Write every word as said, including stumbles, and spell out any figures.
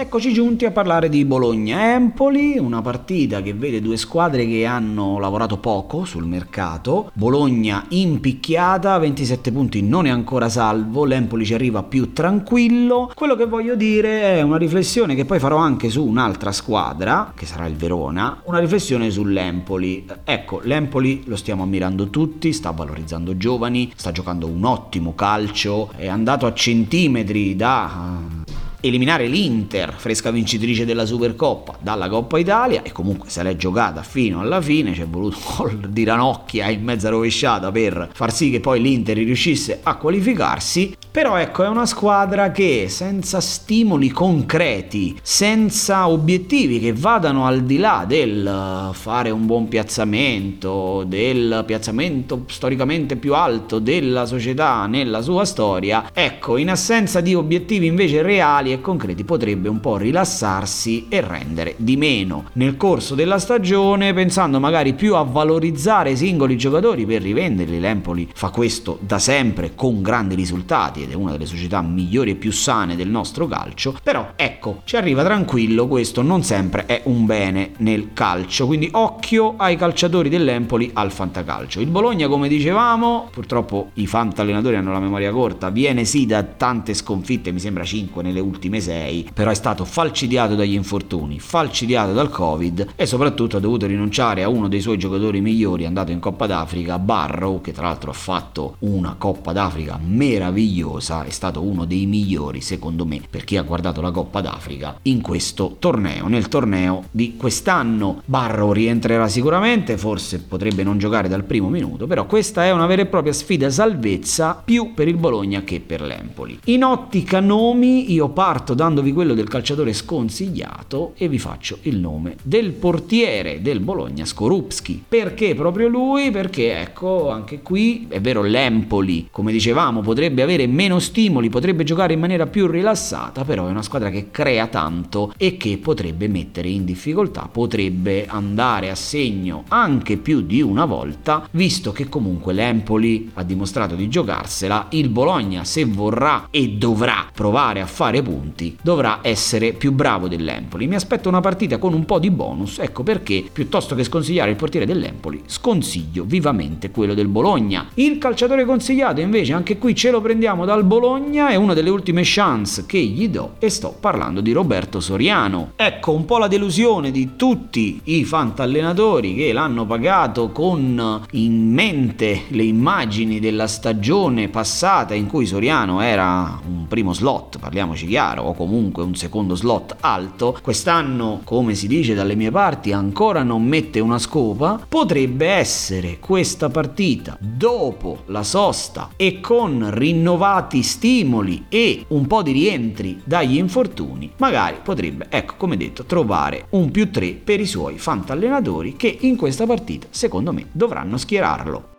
Eccoci giunti a parlare di Bologna-Empoli, una partita che vede due squadre che hanno lavorato poco sul mercato. Bologna impicchiata, ventisette punti, non è ancora salvo, l'Empoli ci arriva più tranquillo. Quello che voglio dire è una riflessione che poi farò anche su un'altra squadra, che sarà il Verona, una riflessione sull'Empoli. Ecco, l'Empoli lo stiamo ammirando tutti, sta valorizzando giovani, sta giocando un ottimo calcio, è andato a centimetri da eliminare l'Inter, fresca vincitrice della Supercoppa, dalla Coppa Italia, e comunque se l'è giocata fino alla fine. C'è voluto un gol di Ranocchia in mezza rovesciata per far sì che poi l'Inter riuscisse a qualificarsi. Però ecco, è una squadra che senza stimoli concreti, senza obiettivi che vadano al di là del fare un buon piazzamento, del piazzamento storicamente più alto della società nella sua storia, ecco, in assenza di obiettivi invece reali e concreti, potrebbe un po' rilassarsi e rendere di meno nel corso della stagione, pensando magari più a valorizzare i singoli giocatori per rivenderli. L'Empoli fa questo da sempre con grandi risultati ed è una delle società migliori e più sane del nostro calcio. Però ecco, ci arriva tranquillo, questo non sempre è un bene nel calcio, quindi occhio ai calciatori dell'Empoli al fantacalcio. Il Bologna, come dicevamo, purtroppo i fantallenatori hanno la memoria corta, viene sì da tante sconfitte, mi sembra cinque nelle ultime sei, però è stato falcidiato dagli infortuni, falcidiato dal Covid e soprattutto ha dovuto rinunciare a uno dei suoi giocatori migliori, andato in Coppa d'Africa, Barrow, che tra l'altro ha fatto una Coppa d'Africa meravigliosa, è stato uno dei migliori secondo me per chi ha guardato la Coppa d'Africa in questo torneo, nel torneo di quest'anno. Barrow rientrerà sicuramente, forse potrebbe non giocare dal primo minuto, però questa è una vera e propria sfida salvezza più per il Bologna che per l'Empoli. In ottica nomi io parto dandovi quello del calciatore sconsigliato e vi faccio il nome del portiere del Bologna, Skorupski. Perché proprio lui? Perché ecco, anche qui è vero, l'Empoli, come dicevamo, potrebbe avere meno stimoli, potrebbe giocare in maniera più rilassata, però è una squadra che crea tanto e che potrebbe mettere in difficoltà, potrebbe andare a segno anche più di una volta, visto che comunque l'Empoli ha dimostrato di giocarsela. Il Bologna, se vorrà e dovrà provare a fare punti, dovrà essere più bravo dell'Empoli. Mi aspetto una partita con un po' di bonus, ecco perché piuttosto che sconsigliare il portiere dell'Empoli sconsiglio vivamente quello del Bologna. Il calciatore consigliato invece, anche qui ce lo prendiamo dal Bologna, è una delle ultime chance che gli do e sto parlando di Roberto Soriano. Ecco un po' la delusione di tutti i fantallenatori che l'hanno pagato con in mente le immagini della stagione passata in cui Soriano era un primo slot, parliamoci chiaro, o comunque un secondo slot alto. Quest'anno, come si dice dalle mie parti, ancora non mette una scopa. Potrebbe essere questa partita, dopo la sosta e con rinnovati stimoli e un po' di rientri dagli infortuni, magari potrebbe, ecco come detto, trovare un più tre per i suoi fantallenatori che in questa partita secondo me dovranno schierarlo.